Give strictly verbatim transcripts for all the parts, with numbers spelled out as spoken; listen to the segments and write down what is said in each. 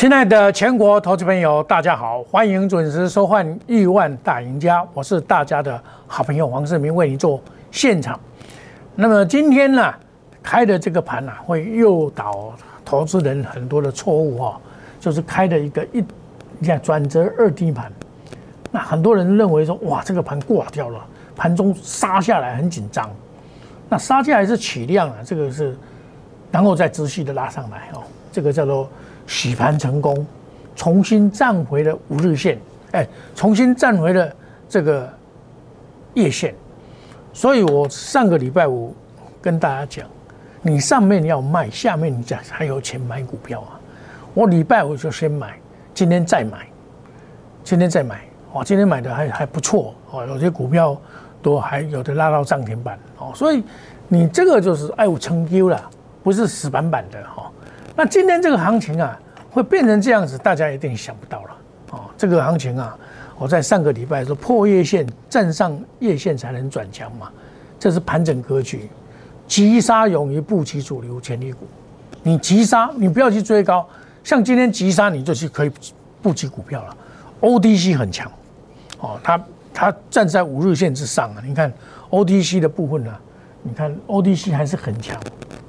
亲爱的全国投资朋友，大家好，欢迎准时收看《亿万大赢家》，我是大家的好朋友黄世明，为你做现场。那么今天呢，开的这个盘呢、啊，会诱导投资人很多的错误哈、哦，就是开的一个一，你看转折二低盘，那很多人认为说，哇，这个盘挂掉了，盘中杀下来很紧张，那杀下来是起量啊，这个是，然后再持续的拉上来哦，这个叫做洗盘成功，重新站回了五日线，哎，重新站回了这个月线，所以我上个礼拜五跟大家讲，你上面要卖，下面你讲还有钱买股票啊。我礼拜五就先买，今天再买，今天再买，哦，今天买的还还不错哦，有些股票都还有的拉到涨停板哦，所以你这个就是爱有成就啦，不是死板板的哈。那今天这个行情啊，会变成这样子，大家一定想不到了哦。这个行情啊，我在上个礼拜说破月线站上月线才能转强嘛，这是盘整格局，急杀勇于布局主流潜力股。你急杀，你不要去追高，像今天急杀，你就去可以布局股票了。O D C 很强哦，它它站在五日线之上啊，你看 O D C 的部分啊，你看 O D C 还是很强。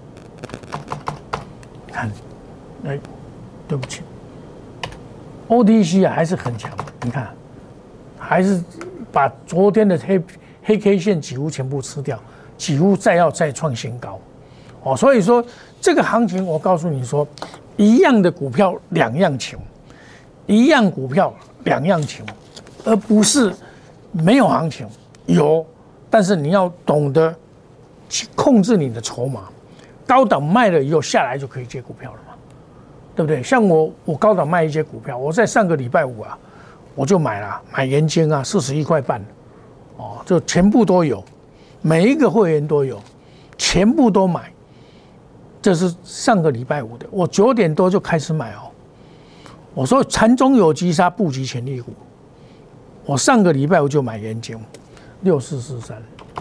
看，哎，对不起 ，O D C 啊还是很强，你看，还是把昨天的黑黑 K 线几乎全部吃掉，几乎再要再创新高，哦，所以说这个行情，我告诉你说，一样的股票两样情，一样股票两样情，而不是没有行情，有，但是你要懂得去控制你的筹码。高档卖了以后下来就可以接股票了嘛，对不对？像我我高档卖一些股票，我在上个礼拜五啊，我就买了买元晶啊，四十一块半，哦，就全部都有，每一个会员都有，全部都买。这是上个礼拜五的，我九点多就开始买哦。我说盘中有急杀，布局潜力股。我上个礼拜五就买元晶，六四四三，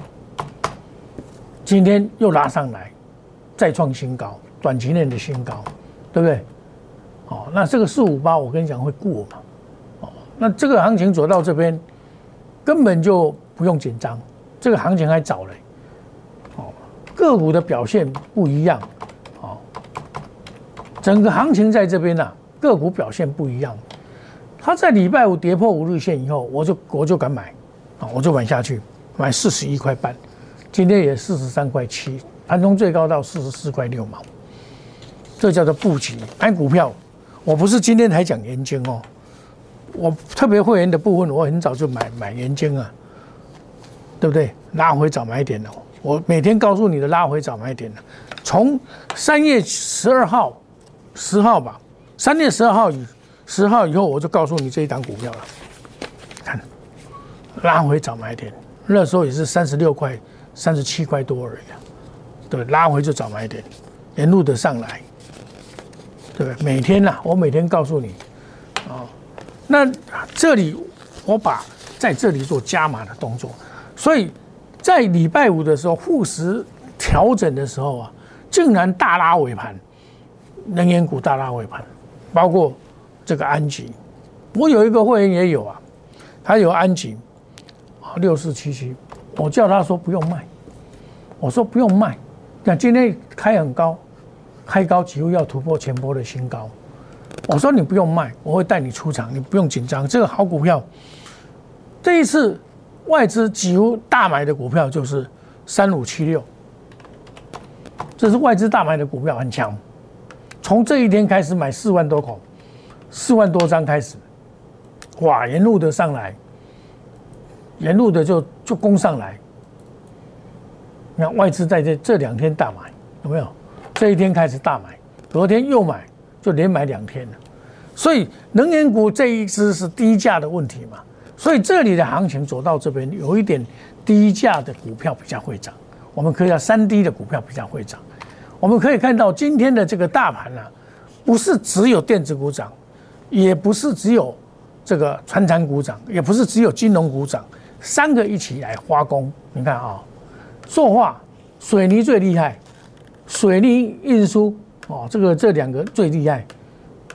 今天又拉上来。再创新高，短期内的新高，对不对？哦，那这个四五八我跟你讲会过嘛？哦，那这个行情走到这边，根本就不用紧张，这个行情还早嘞。哦，个股的表现不一样，哦，整个行情在这边呐、啊，个股表现不一样。它在礼拜五跌破五日线以后，我就我就敢买，啊，我就买下去，买四十一块半，今天也四十三块七。盘中最高到四十四块六毛，这叫做布局买股票。我不是今天才讲元晶哦，我特别会员的部分，我很早就买买元晶啊，对不对？拉回早买点哦，我每天告诉你的拉回早买点的，从三月十二号、十号吧，三月十二号以十号以后，我就告诉你这一档股票了。看，拉回早买点，那时候也是三十六块、三十七块多而已啊。对，拉回就早买点，沿路的上来，对不对？每天呐、啊，我每天告诉你，哦，那这里我把在这里做加码的动作，所以在礼拜五的时候，沪时调整的时候啊，竟然大拉尾盘，能源股大拉尾盘，包括这个安吉，我有一个会员也有啊，他有安吉，啊六四七七，我叫他说不用卖，我说不用卖。那今天开很高，开高几乎要突破前波的新高。我说你不用卖，我会带你出场，你不用紧张。这个好股票，这一次外资几乎大买的股票就是三五七六，这是外资大买的股票，很强。从这一天开始买四万多口，四万多张开始，哇，沿路的上来，沿路的就就攻上来。你看外资在这这两天大买，有没有？这一天开始大买，隔天又买，就连买两天了。所以能源股这一支是低价的问题嘛，所以这里的行情走到这边，有一点低价的股票比较会涨，我们可以叫三低的股票比较会涨。我们可以看到今天的这个大盘啊，不是只有电子股涨，也不是只有这个传产股涨，也不是只有金融股涨，三个一起来发功。你看啊。塑化、水泥最厉害，水泥运输哦，这个这两个最厉害，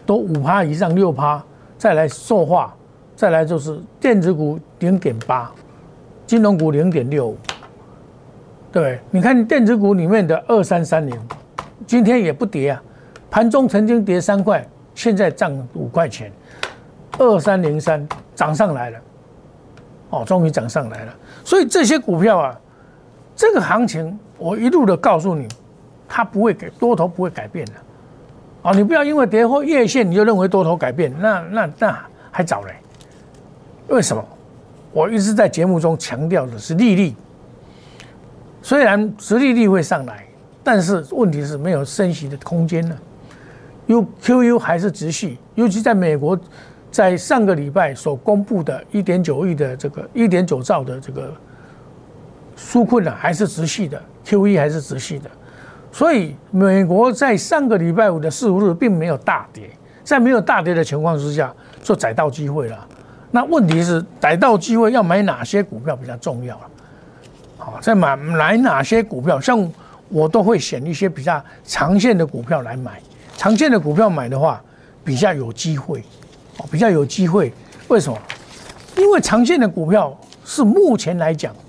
都五趴以上六趴，再来塑化，再来就是电子股零点八，金融股零点六五，对不对？你看电子股里面的二三三零，今天也不跌啊，盘中曾经跌三块，现在涨五块钱，二三零三涨上来了，哦，终于涨上来了。所以这些股票啊，这个行情我一路的告诉你，它不会改，多头不会改变的。哦，你不要因为跌破月线你就认为多头改变，那那那还早嘞。为什么？我一直在节目中强调的是利率，虽然殖利率会上来，但是问题是没有升息的空间了。U Q U 还是直系，尤其在美国，在上个礼拜所公布的一点九亿的这个一点九兆的这个纾困呢，还是直系的 ，Q E 还是直系的。所以美国在上个礼拜五的四五日并没有大跌，在没有大跌的情况之下，就逮到机会了。那问题是逮到机会要买哪些股票比较重要了？好，在买买哪些股票，像我都会选一些比较长线的股票来买。长线的股票买的话，比较有机会，比较有机会。为什么？因为长线的股票是目前来讲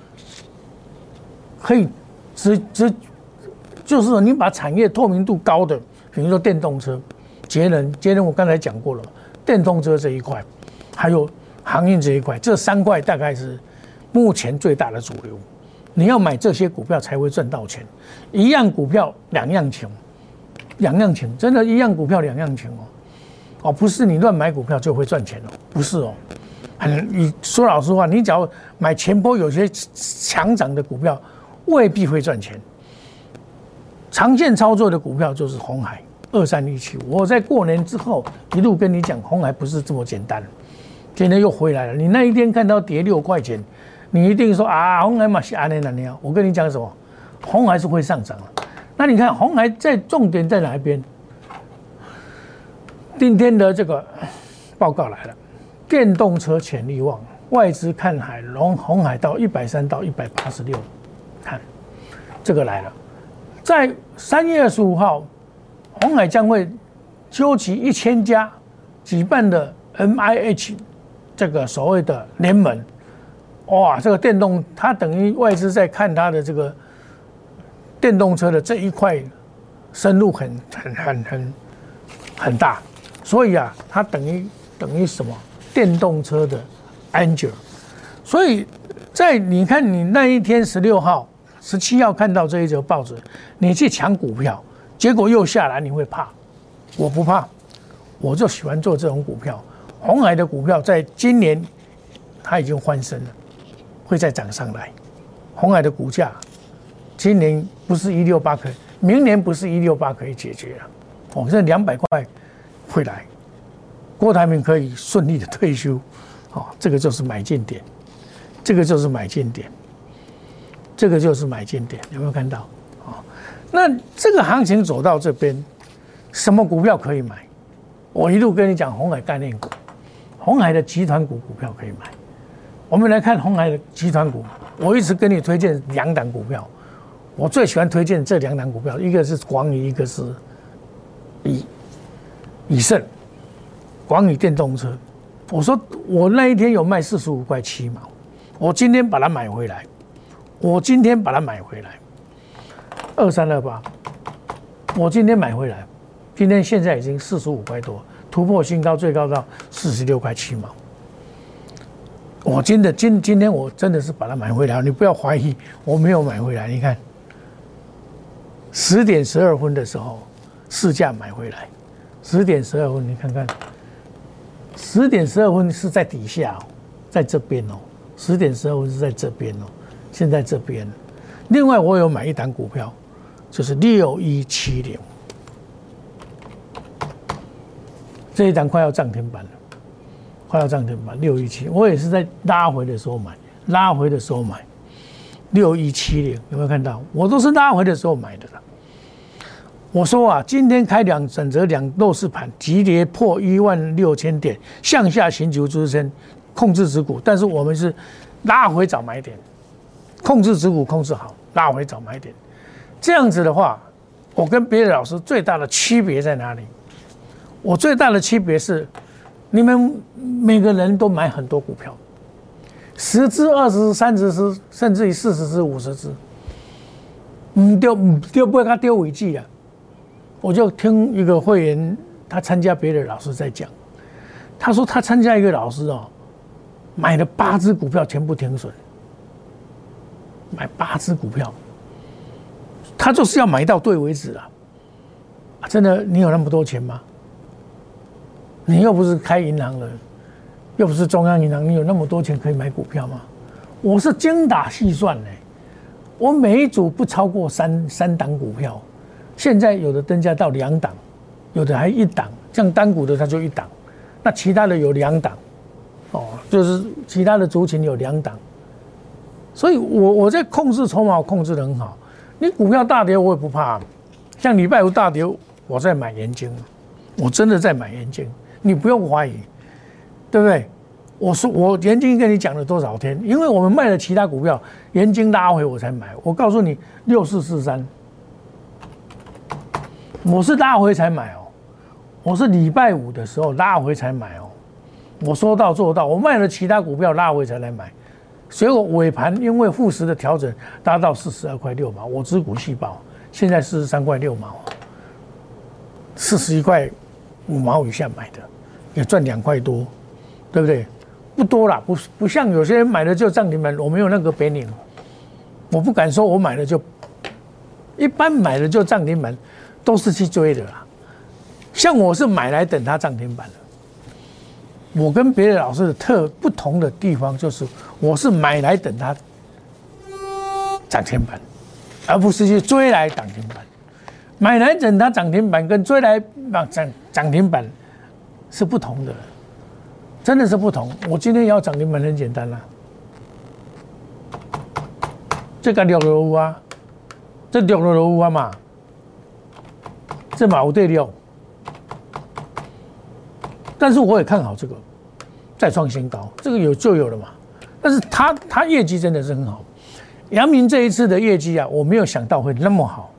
可以只只。就是说，你把产业透明度高的，比如说电动车、节能、节能，我刚才讲过了，电动车这一块，还有航运这一块，这三块大概是目前最大的主流。你要买这些股票才会赚到钱。一样股票两样情，两样情，真的，一样股票两样情哦。哦，不是你乱买股票就会赚钱哦，不是哦。你说老实话，你只要买前波有些强涨的股票，未必会赚钱。长线操作的股票就是鸿海二三一七，我在过年之后一路跟你讲，鸿海不是这么简单，今天又回来了。你那一天看到跌六块钱，你一定说啊，鸿海嘛是安那那样。我跟你讲什么？鸿海是会上涨了。那你看鸿海在重点在哪一边？今天的这个报告来了，电动车潜力旺，外资看海龙鸿海到一百三到一百八十六，看这个来了。在三月二十五号，鸿海将会纠集一千家举办的 M I H 这个所谓的联盟。哇，这个电动，它等于外资在看它的这个电动车的这一块深入很很很很很大，所以啊，它等于等于什么？电动车的 Angel。所以在你看你那一天十六号。十七号看到这一则报纸，你去抢股票，结果又下来，你会怕？我不怕，我就喜欢做这种股票。鸿海的股票在今年它已经翻身了，会再涨上来。鸿海的股价今年不是一六八可以，明年不是一六八可以解决了。哦，这两百块会来，郭台铭可以顺利的退休。哦，这个就是买进点，这个就是买进点。这个就是买进点，有没有看到？啊，那这个行情走到这边，什么股票可以买？我一路跟你讲鸿海概念股，鸿海的集团股股票可以买。我们来看鸿海的集团股，我一直跟你推荐两档股票，我最喜欢推荐这两档股票，一个是广宇，一个是以以盛，广宇电动车。我说我那一天有卖四十五块七毛，我今天把它买回来。我今天把它买回来，二三二八，我今天买回来，今天现在已经四十五块多，突破新高，最高到四十六块七毛。我真的今今天我真的是把它买回来，你不要怀疑我没有买回来。你看，十点十二分的时候市价买回来，十点十二分你看看，十点十二分是在底下哦，在这边哦，十点十二分是在这边哦。现在这边，另外我有买一档股票，就是六一七零，这一档快要涨停板了，快要涨停板六一七，我也是在拉回的时候买，拉回的时候买，六一七零有没有看到？我都是拉回的时候买的了。我说啊，今天开两整则两弱势盘，急跌破一万六千点，向下寻求支撑，控制持股，但是我们是拉回找买点。控制持股控制好，拉回找买点，这样子的话，我跟别的老师最大的区别在哪里？ 我最大的区别是，你们每个人都买很多股票，十只、二十只、三十只，甚至于四十只、五十只，唔丢唔丢不会他丢违纪啊！我就听一个会员，他参加别的老师在讲，他说他参加一个老师哦，买了八只股票全部停损，买八只股票，他就是要买到对为止啊！真的，你有那么多钱吗？你又不是开银行的，又不是中央银行，你有那么多钱可以买股票吗？我是精打细算的，我每一组不超过三三档股票，现在有的增加到两档，有的还一档，像单股的它就一档，那其他的有两档，哦，就是其他的族群有两档，所以我我在控制筹码，我控制得很好。你股票大跌我也不怕，像礼拜五大跌，我在买元晶，我真的在买元晶。你不用怀疑，对不对？我说我元晶跟你讲了多少天？因为我们卖了其他股票，元晶拉回我才买。我告诉你，六四四三，我是拉回才买哦。我是礼拜五的时候拉回才买哦。我说到做到，我卖了其他股票拉回才来买。所以我尾盘因为富时的调整达到四十二块六毛，我持股细胞现在四十三块六毛，四十一块五毛以下买的，也赚两块多，对不对？不多啦，不不像有些人买了就涨停板，我没有那个本领，我不敢说我买了就，一般买了就涨停板，都是去追的啦。像我是买来等它涨停板的，我跟别的老师的特不同的地方就是，我是买来等它涨停板，而不是去追来涨停板。买来等它涨停板跟追来涨涨停板是不同的，真的是不同。我今天要涨停板很简单啦、啊，这个六六五啊，这六六六五啊嘛，这嘛有对六，但是我也看好这个再创新高，这个有就有了嘛。但是它它业绩真的是很好，阳明这一次的业绩啊，我没有想到会那么好。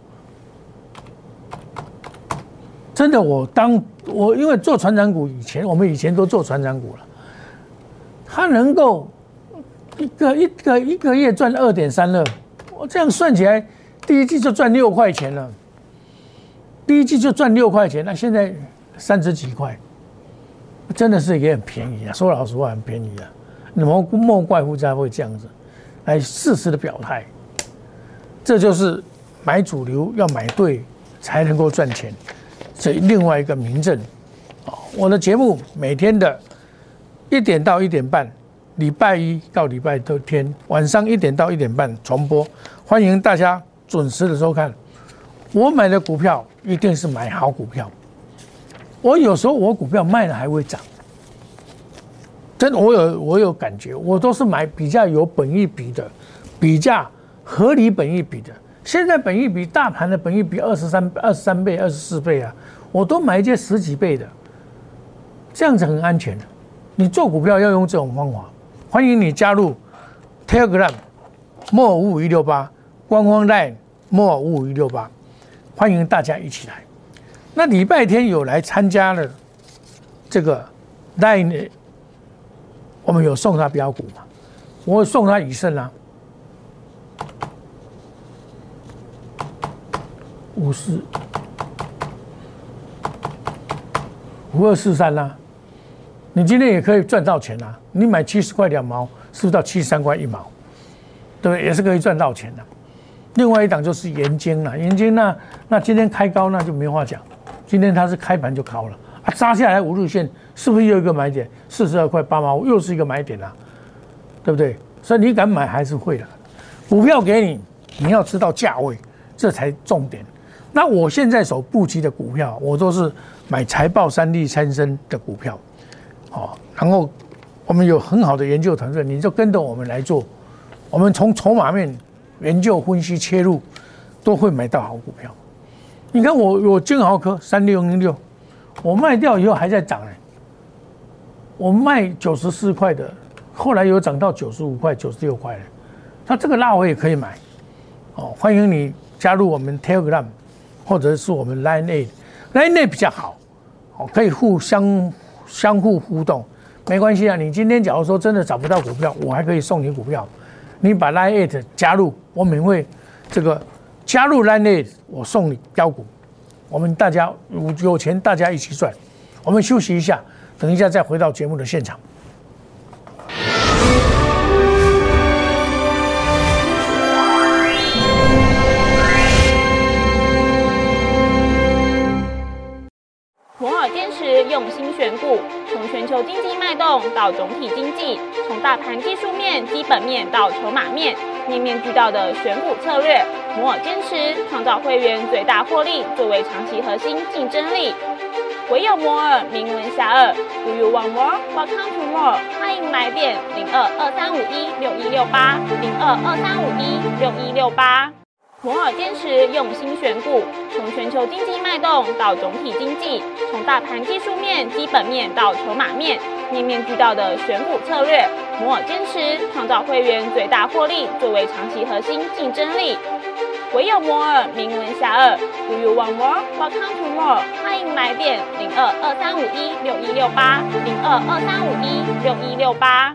真的，我当我因为做传产股以前，我们以前都做传产股了，它能够一个一个一个月赚二点三二，我这样算起来，第一季就赚六块钱了，第一季就赚六块钱，那现在三十几块，真的是也很便宜啊。说老实话，很便宜啊。你们莫怪乎才会这样子，来适时的表态，这就是买主流要买对才能够赚钱。这另外一个明证，我的节目每天的一点到一点半，礼拜一到礼拜天晚上一点到一点半重播，欢迎大家准时的收看。我买的股票一定是买好股票，我有时候我股票卖了还会涨，真的我有我有感觉，我都是买比较有本益比的，比较合理本益比的。现在本益比大盘的本益比二十三、二十三倍、二十四倍啊，我都买一些十几倍的，这样子很安全的。你做股票要用这种方法，欢迎你加入 Telegram 莫五五一六八官方 Line 莫五五一六八，欢迎大家一起来。那礼拜天有来参加了这个 Line， 我们有送他标股嘛？我送他以盛啊。五四五二四三啦，你今天也可以赚到钱啊！你买七十块两毛，是不是到七十三块一毛？对不对？也是可以赚到钱的。另外一档就是元晶啦，元晶那那今天开高那就没话讲，今天它是开盘就高了啊，扎下来五日线是不是又一个买点？四十二块八毛又是一个买点啦，对不对？所以你敢买还是会的。股票给你，你要知道价位，这才重点。那我现在所布局的股票，我都是买财报三利三升的股票，好，然后我们有很好的研究团队，你就跟着我们来做，我们从筹码面研究、分析、切入，都会买到好股票。你看我我金豪科三六零六，我卖掉以后还在涨呢，我卖九十四块的，后来有涨到九十五块、九十六块了，那这个拉我也可以买，哦，欢迎你加入我们 Telegram。或者是我们 Line A，Line A 比较好， 哦，可以互相相互互动，没关系啊。你今天假如说真的找不到股票，我还可以送你股票，你把 Line 加入，我免费这个加入 Line， 我送你标股，我们大家有钱大家一起赚。我们休息一下，等一下再回到节目的现场。 摩尔坚持用心选股，从全球经济脉动到总体经济，从大盘技术面、基本面到筹码面，面面俱到的选股策略。摩尔坚持创造会员最大获利作为长期核心竞争力。唯有摩尔名闻遐迩。Do you want more? Welcome to more。欢迎来电零二二三五一六一六八零二二三五一六一六八。摩尔坚持用心选股，从全球经济脉动到总体经济，从大盘技术面、基本面到筹码面，面面俱到的选股策略。摩尔坚持创造会员最大获利作为长期核心竞争力。唯有摩尔名闻遐迩。Do you want more? Welcome to more。欢迎来电零二二三五一六一六八零二二三五一六一六八。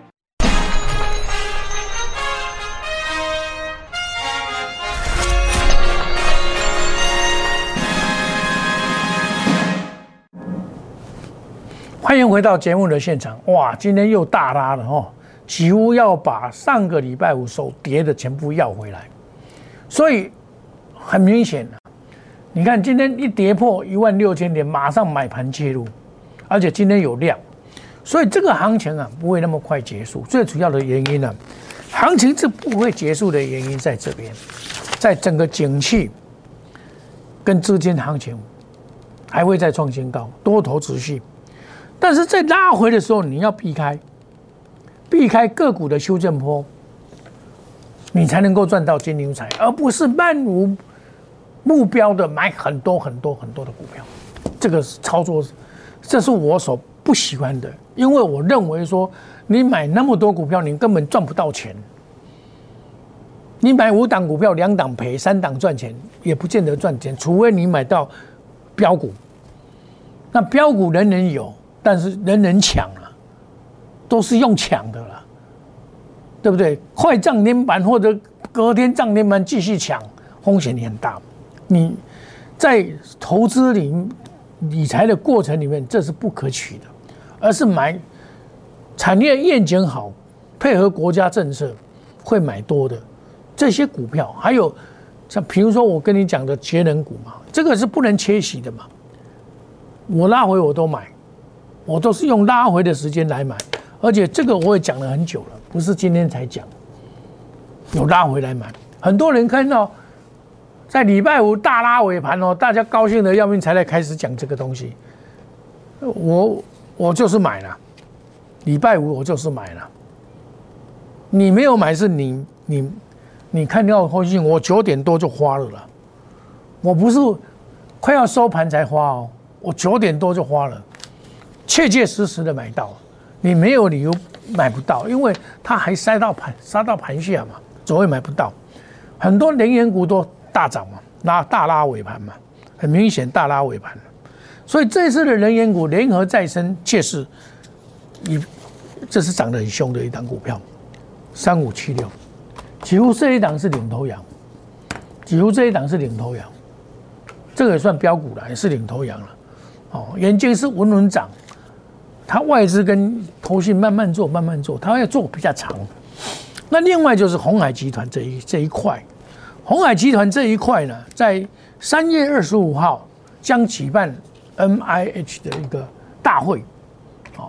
欢迎回到节目的现场。哇，今天又大拉了哦，几乎要把上个礼拜五手跌的全部要回来，所以很明显啊，你看今天一跌破一万六千点，马上买盘介入，而且今天有量，所以这个行情啊不会那么快结束。最主要的原因呢、啊，行情是不会结束的原因在这边，在整个景气跟资金行情还会再创新高，多头持续。但是在拉回的时候，你要避开，避开个股的修正波，你才能够赚到金牛财，而不是漫无目标的买很多很多很多的股票。这个操作，这是我所不喜欢的，因为我认为说，你买那么多股票，你根本赚不到钱。你买五档股票，两档赔，三档赚钱，也不见得赚钱，除非你买到标股。那标股人人有。但是人人抢啊，都是用抢的啦，对不对？快涨停板或者隔天涨停板继续抢，风险很大。你在投资理理财的过程里面，这是不可取的，而是买产业愿景好，配合国家政策会买多的这些股票，还有像比如说我跟你讲的节能股嘛，这个是不能缺席的嘛，我拉回我都买。我都是用拉回的时间来买，而且这个我也讲了很久了，不是今天才讲。有拉回来买，很多人看到在礼拜五大拉尾盘哦，大家高兴的要命，才来开始讲这个东西。我我就是买了，礼拜五我就是买了。你没有买是你你你看到后信，我九点多就花了啦，我不是快要收盘才花哦，我九点多就花了。切切实实的买到，你没有理由买不到，因为它还塞到盘杀到盘下嘛，怎么会买不到？很多能源股都大涨嘛，拉大拉尾盘嘛，很明显大拉尾盘。所以这次的能源股联合再生确实，一这是涨得很凶的一档股票，三五七六，几乎这一档是领头羊，几乎这一档是领头羊，这个也算标股了，也是领头羊了。哦，眼睛是稳稳涨。它外资跟投信慢慢做，慢慢做，它要做比较长。那另外就是鸿海集团这一这一块，鸿海集团这一块呢，在三月二十五号将举办 M I H 的一个大会，哦，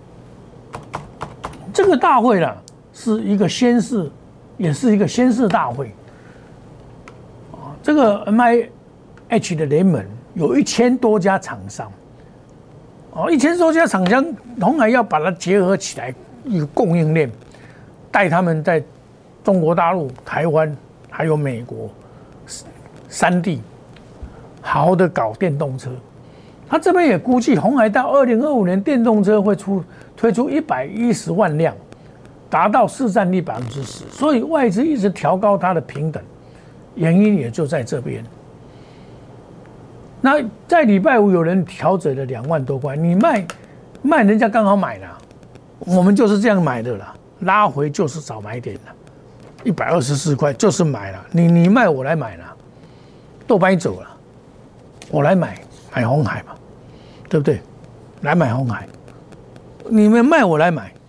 这个大会呢是一个宣誓，也是一个宣誓大会。啊，这个 M I H 的联盟有一千多家厂商。哦，一千多家厂商，鸿海要把它结合起来，一个供应链，带他们在中国大陆、台湾还有美国三地，好好的搞电动车。他这边也估计，鸿海到二零二五年电动车会出推出一百一十万辆，达到市占率百分之十。所以外资一直调高它的平等，原因也就在这边。 那在礼拜五有人调整了两万多块，你卖卖人家刚好买了，我们就是这样买的啦，拉回就是早买点了，一百二十四块就是买了，你你卖我来买了，都买走了，我来买买鸿海嘛，对不对？来买鸿海，你们卖我来买。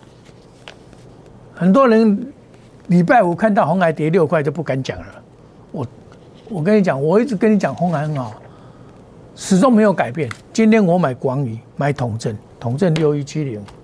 很多人礼拜五看到鸿海跌六块就不敢讲了，我我跟你讲，我一直跟你讲鸿海很好，始终没有改变。今天我买广宇，买统正，统正六一七零，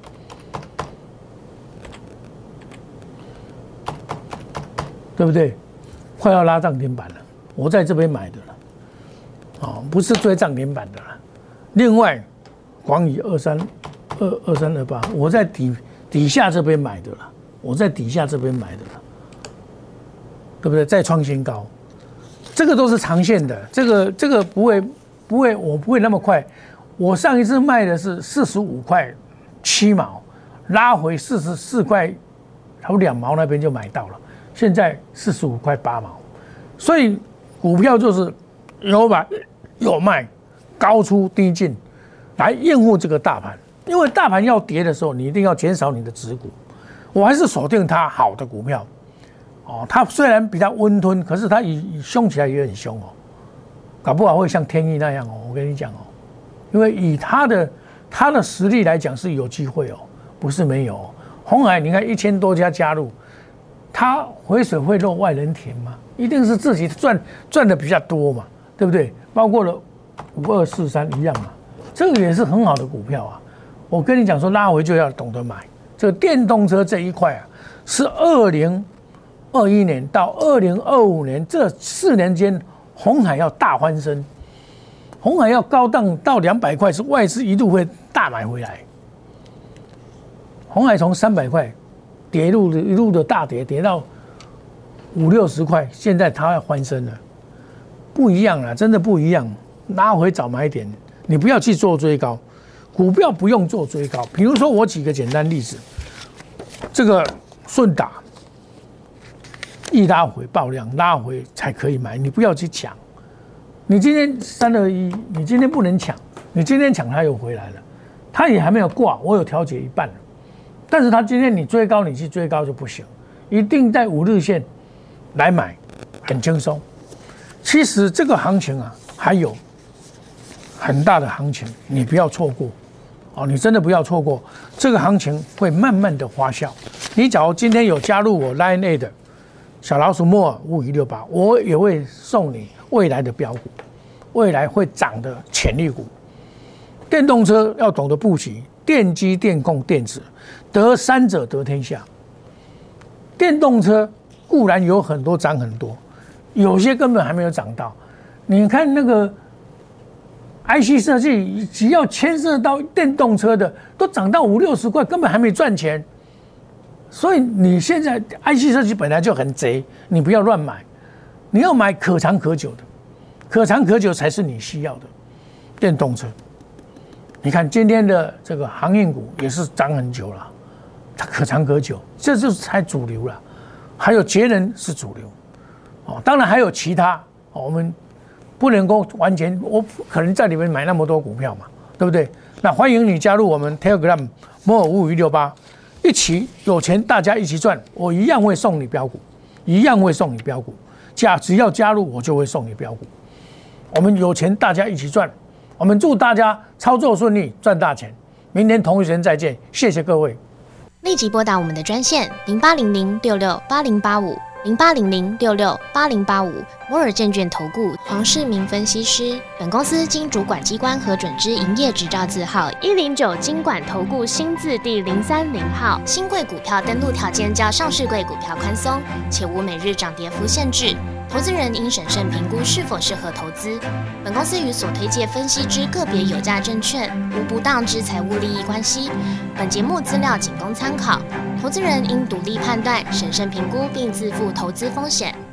对不对？快要拉涨停板了，我在这边买的了，哦，不是追涨停板的了。另外，广宇二三二二三二八，我在底底下这边买的了。我在底下这边买的了，对不对？再创新高，这个都是长线的，这个这个不会不会，我不会那么快。我上一次卖的是四十五块七毛，拉回四十四块，差不多两毛那边就买到了，现在四十五块八毛，所以股票就是有买有卖，高出低进，来应付这个大盘。因为大盘要跌的时候，你一定要减少你的持股。我还是锁定它好的股票，哦，它虽然比较温吞，可是它以凶起来也很凶哦，搞不好会像天意那样哦。我跟你讲哦，因为以它的它的实力来讲是有机会哦，不是没有哦。鸿海你看一千多家加入，它回水会漏外人田嘛，一定是自己赚赚的比较多嘛，对不对？包括了五二四三一样嘛，这个也是很好的股票啊。我跟你讲说，拉回就要懂得买。这个电动车这一块啊，是二零二一年到二零二五年这四年间，鸿海要大翻身，鸿海要高档到两百块，是外资一路会大买回来。鸿海从三百块跌一路一路的大跌，跌到五六十块，现在它要翻身了，不一样了，真的不一样。拉回早买点，你不要去做追高。股票不用做追高，比如说我举个简单例子，这个顺达一拉回爆量，拉回才可以买，你不要去抢。你今天三二一，你今天不能抢，你今天抢它又回来了，它也还没有挂，我有调节一半了，但是它今天你追高，你去追高就不行，一定在五日线来买，很轻松。其实这个行情啊，还有很大的行情，你不要错过。哦，你真的不要错过，这个行情会慢慢的发酵。你假如今天有加入我 Line A 的小老鼠莫尔五一六八，我也会送你未来的标股，未来会涨的潜力股。电动车要懂得布局，电机、电控、电子，得三者得天下。电动车固然有很多涨很多，有些根本还没有涨到。你看那个。I C 设计只要牵涉到电动车的，都涨到五六十块，根本还没赚钱。所以你现在 I C 设计本来就很贼，你不要乱买，你要买可长可久的，可长可久才是你需要的电动车。你看今天的这个航运股也是涨很久了，它可长可久，这就是才主流了。还有节能是主流，哦，当然还有其他，哦，我们。不能够完全，我不可能在里面买那么多股票嘛，对不对？那欢迎你加入我们 Telegram 摩尔五五一六八，一起有钱大家一起赚，我一样会送你标股，一样会送你标股，加只要加入我就会送你标股，我们有钱大家一起赚，我们祝大家操作顺利，赚大钱。明天同一时间再见，谢谢各位。 立即拨打我们的专线零八零零六六八零八五。零八零零六六八零八五摩尔证券投顾黄世明分析师，本公司经主管机关核准之营业执照字号一零九金管投顾新字第零三零号。新贵股票登录条件较上市贵股票宽松，且无每日涨跌幅限制。投资人应审慎评估是否适合投资。本公司与所推介分析之个别有价证券无不当之财务利益关系。本节目资料仅供参考，投资人应独立判断、审慎评估并自负投资风险。